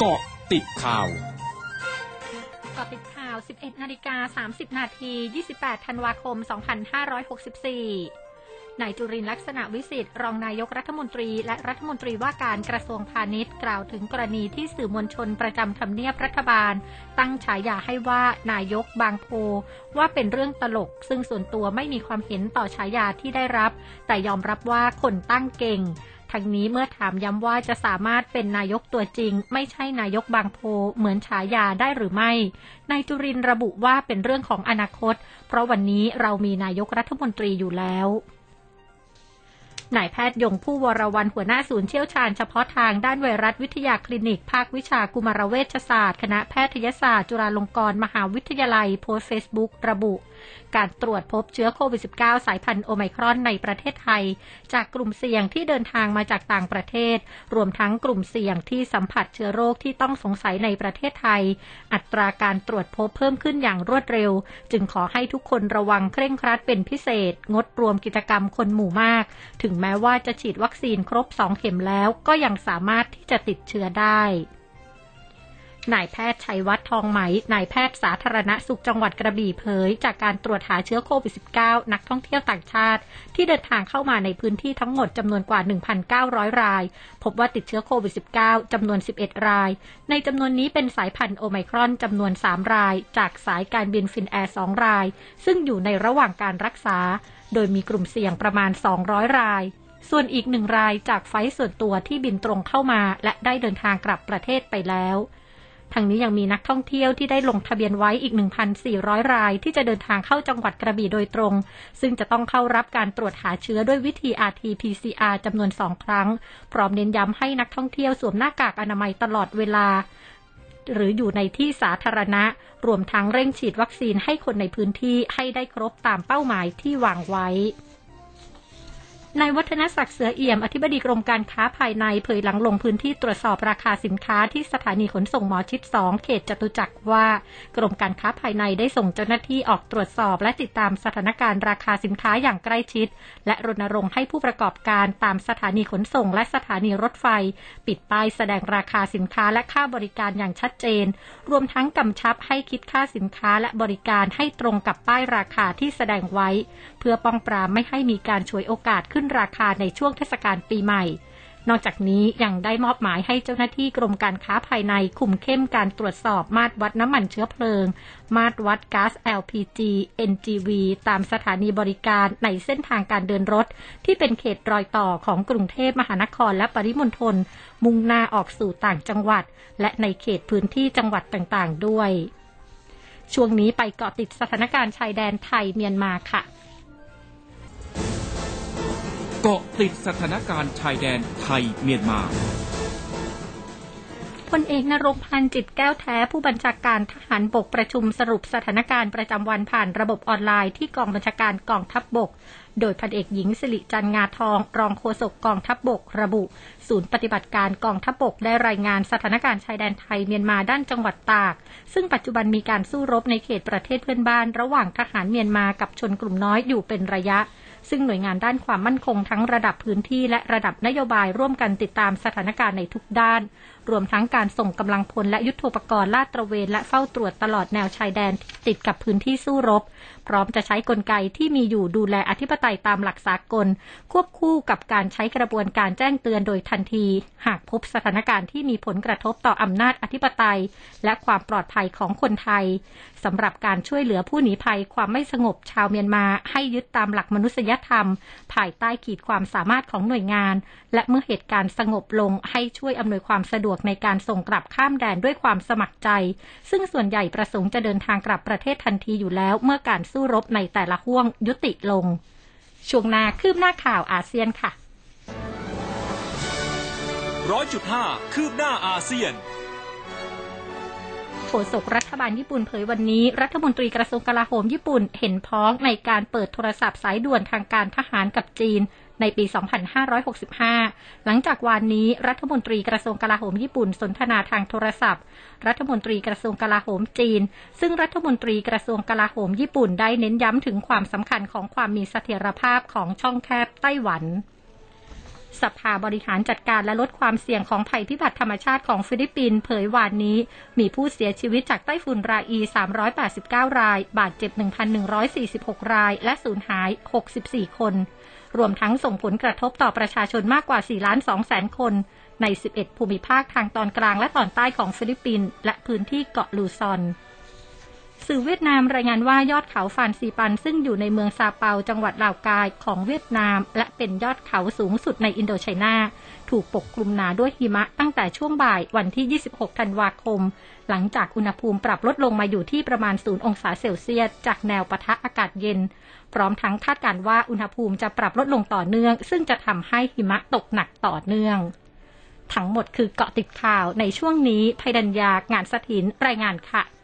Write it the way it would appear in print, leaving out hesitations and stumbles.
เกาะติดข่าวเกาะติดข่าว 11:30 น. 28 ธันวาคม 2564 นายจุรินทร์ ลักษณะวิสิทธิ์รองนายกรัฐมนตรีและรัฐมนตรีว่าการกระทรวงพาณิชย์กล่าวถึงกรณีที่สื่อมวลชนประจำทำเนียบรัฐบาลตั้งฉายาให้ว่านายกบางโพว่าเป็นเรื่องตลกซึ่งส่วนตัวไม่มีความเห็นต่อฉายาที่ได้รับแต่ยอมรับว่าคนตั้งเก่งทั้งนี้เมื่อถามย้ำว่าจะสามารถเป็นนายกตัวจริงไม่ใช่นายกบางโพเหมือนฉายาได้หรือไม่นายจุรินทร์ระบุว่าเป็นเรื่องของอนาคตเพราะวันนี้เรามีนายกรัฐมนตรีอยู่แล้วนายแพทย์ยงผู้วรวรรณหัวหน้าศูนย์เชี่ยวชาญเฉพาะทางด้านไวรัสวิทยาคลินิกภาควิชากุมารเวชศาสตร์คณะแพทยศาสตร์จุฬาลงกรณ์มหาวิทยาลัยโพสต์เฟซบุ๊กระบุการตรวจพบเชื้อโควิด -19 สายพันธุ์โอไมครอนในประเทศไทยจากกลุ่มเสี่ยงที่เดินทางมาจากต่างประเทศรวมทั้งกลุ่มเสี่ยงที่สัมผัสเชื้อโรคที่ต้องสงสัยในประเทศไทยอัตราการตรวจพบเพิ่มขึ้นอย่างรวดเร็วจึงขอให้ทุกคนระวังเคร่งครัดเป็นพิเศษงดรวมกิจกรรมคนหมู่มากถึงแม้ว่าจะฉีดวัคซีนครบ2 เข็มแล้วก็ยังสามารถที่จะติดเชื้อได้นายแพทย์ชัยวัฒน์ทองไหมนายแพทย์สาธารณสุขจังหวัดกระบี่เผยจากการตรวจหาเชื้อโควิด -19 นักท่องเที่ยวต่างชาติที่เดินทางเข้ามาในพื้นที่ทั้งหมดจำนวนกว่า 1,900 รายพบว่าติดเชื้อโควิด -19 จำนวน11 รายในจำนวนนี้เป็นสายพันธุ์โอไมครอนจำนวน3 รายจากสายการบินฟินแอร์2 รายซึ่งอยู่ในระหว่างการรักษาโดยมีกลุ่มเสี่ยงประมาณ200 รายส่วนอีก1 รายจากไฟล์ส่วนตัวที่บินตรงเข้ามาและได้เดินทางกลับประเทศไปแล้วทั้งนี้ยังมีนักท่องเที่ยวที่ได้ลงทะเบียนไว้อีก 1,400 รายที่จะเดินทางเข้าจังหวัดกระบี่โดยตรงซึ่งจะต้องเข้ารับการตรวจหาเชื้อด้วยวิธี RT-PCR จำนวน2 ครั้งพร้อมเน้นย้ำให้นักท่องเที่ยวสวมหน้ากากอนามัยตลอดเวลาหรืออยู่ในที่สาธารณะรวมทั้งเร่งฉีดวัคซีนให้คนในพื้นที่ให้ได้ครบตามเป้าหมายที่วางไว้นายวัฒนศักดิ์เสือเอี่ยมอธิบดีกรมการค้าภายในเผยหลังลงพื้นที่ตรวจสอบราคาสินค้าที่สถานีขนส่งหมอชิด2เขตจตุจักรว่ากรมการค้าภายในได้ส่งเจ้าหน้าที่ออกตรวจสอบและติดตามสถานการณ์ราคาสินค้าอย่างใกล้ชิดและรณรงค์ให้ผู้ประกอบการตามสถานีขนส่งและสถานีรถไฟปิดป้ายแสดงราคาสินค้าและค่าบริการอย่างชัดเจนรวมทั้งกำชับให้คิดค่าสินค้าและบริการให้ตรงกับป้ายราคาที่แสดงไว้เพื่อป้องปรามไม่ให้มีการฉวยโอกาสขึ้นราคาในช่วงเทศกาลปีใหม่นอกจากนี้ยังได้มอบหมายให้เจ้าหน้าที่กรมการค้าภายในคุมเข้มการตรวจสอบมาตรวัดน้ำมันเชื้อเพลิงมาตรวัดก๊าซ LPG NGV ตามสถานีบริการในเส้นทางการเดินรถที่เป็นเขตรอยต่อของกรุงเทพมหานครและปริมณฑลมุ่งหน้าออกสู่ต่างจังหวัดและในเขตพื้นที่จังหวัดต่างๆด้วยช่วงนี้ไปเกาะติดสถานการณ์ชายแดนไทยเมียนมาค่ะเกาะติดสถานการณ์ชายแดนไทยเมียนมาพลเอกณรงค์พันธ์จิตแก้วแท้ผู้บัญชาการทหารบกประชุมสรุปสถานการณ์ประจำวันผ่านระบบออนไลน์ที่กองบัญชาการกองทัพบกโดยพันเอกหญิงสิริจันทร์งาทองรองโฆษกกองทัพบกระบุศูนย์ปฏิบัติการกองทัพบกได้รายงานสถานการณ์ชายแดนไทยเมียนมาด้านจังหวัดตากซึ่งปัจจุบันมีการสู้รบในเขตประเทศเพื่อนบ้านระหว่างทหารเมียนมากับชนกลุ่มน้อยอยู่เป็นระยะซึ่งหน่วยงานด้านความมั่นคงทั้งระดับพื้นที่และระดับนโยบายร่วมกันติดตามสถานการณ์ในทุกด้านรวมทั้งการส่งกำลังพลและยุทโธปกรณ์ลาดตระเวนและเฝ้าตรวจตลอดแนวชายแดนติดกับพื้นที่สู้รบพร้อมจะใช้กลไกที่มีอยู่ดูแลอธิปไตยตามหลักสากลควบคู่กับการใช้กระบวนการแจ้งเตือนโดยทันทีหากพบสถานการณ์ที่มีผลกระทบต่ออำนาจอธิปไตยและความปลอดภัยของคนไทยสำหรับการช่วยเหลือผู้หนีภัยความไม่สงบชาวเมียนมาให้ยึดตามหลักมนุษยธรรมภายใต้ขีดความสามารถของหน่วยงานและเมื่อเหตุการณ์สงบลงให้ช่วยอำนวยความสะดวกในการส่งกลับข้ามแดนด้วยความสมัครใจซึ่งส่วนใหญ่ประสงค์จะเดินทางกลับประเทศทันทีอยู่แล้วเมื่อการสู้รบในแต่ละห่วงยุติลงช่วงหน้าคืบหน้าข่าวอาเซียนค่ะ 100.5 คืบหน้าอาเซียนโฆษกรัฐบาลญี่ปุ่นเผยวันนี้รัฐมนตรีกระทรวงกลาโหมญี่ปุ่นเห็นพ้องในการเปิดโทรศัพท์สายด่วนทางการทหารกับจีนในปี 2565 หลังจากวันนี้รัฐมนตรีกระทรวงกลาโหมญี่ปุ่นสนทนาทางโทรศัพท์รัฐมนตรีกระทรวงกลาโหมจีนซึ่งรัฐมนตรีกระทรวงกลาโหมญี่ปุ่นได้เน้นย้ำถึงความสำคัญของความมีเสถียรภาพของช่องแคบไต้หวันสภาบริหารจัดการและลดความเสี่ยงของภัยพิบัติธรรมชาติของฟิลิปปินส์เผยวานนี้มีผู้เสียชีวิตจากไต้ฝุ่นราอี389รายบาดเจ็บ 1,146 รายและสูญหาย64คนรวมทั้งส่งผลกระทบต่อประชาชนมากกว่า 4,200,000 คนใน11ภูมิภาคทางตอนกลางและตอนใต้ของฟิลิปปินส์และพื้นที่เกาะลูซอนสื่อเวียดนามรายงานว่ายอดเขาฟานซีปันซึ่งอยู่ในเมืองซาเปาจังหวัดลาวกายของเวียดนามและเป็นยอดเขาสูงสุดในอินโดไชนาถูกปกคลุมหนาด้วยหิมะตั้งแต่ช่วงบ่ายวันที่26ธันวาคมหลังจากอุณหภูมิปรับลดลงมาอยู่ที่ประมาณ0องศาเซลเซียสจากแนวปะทะอากาศเย็นพร้อมทั้งคาดการณ์ว่าอุณหภูมิจะปรับลดลงต่อเนื่องซึ่งจะทำให้หิมะตกหนักต่อเนื่องทั้งหมดคือเกาะติดข่าวในช่วงนี้ภัยดัญญางานสถินรายงานค่ะ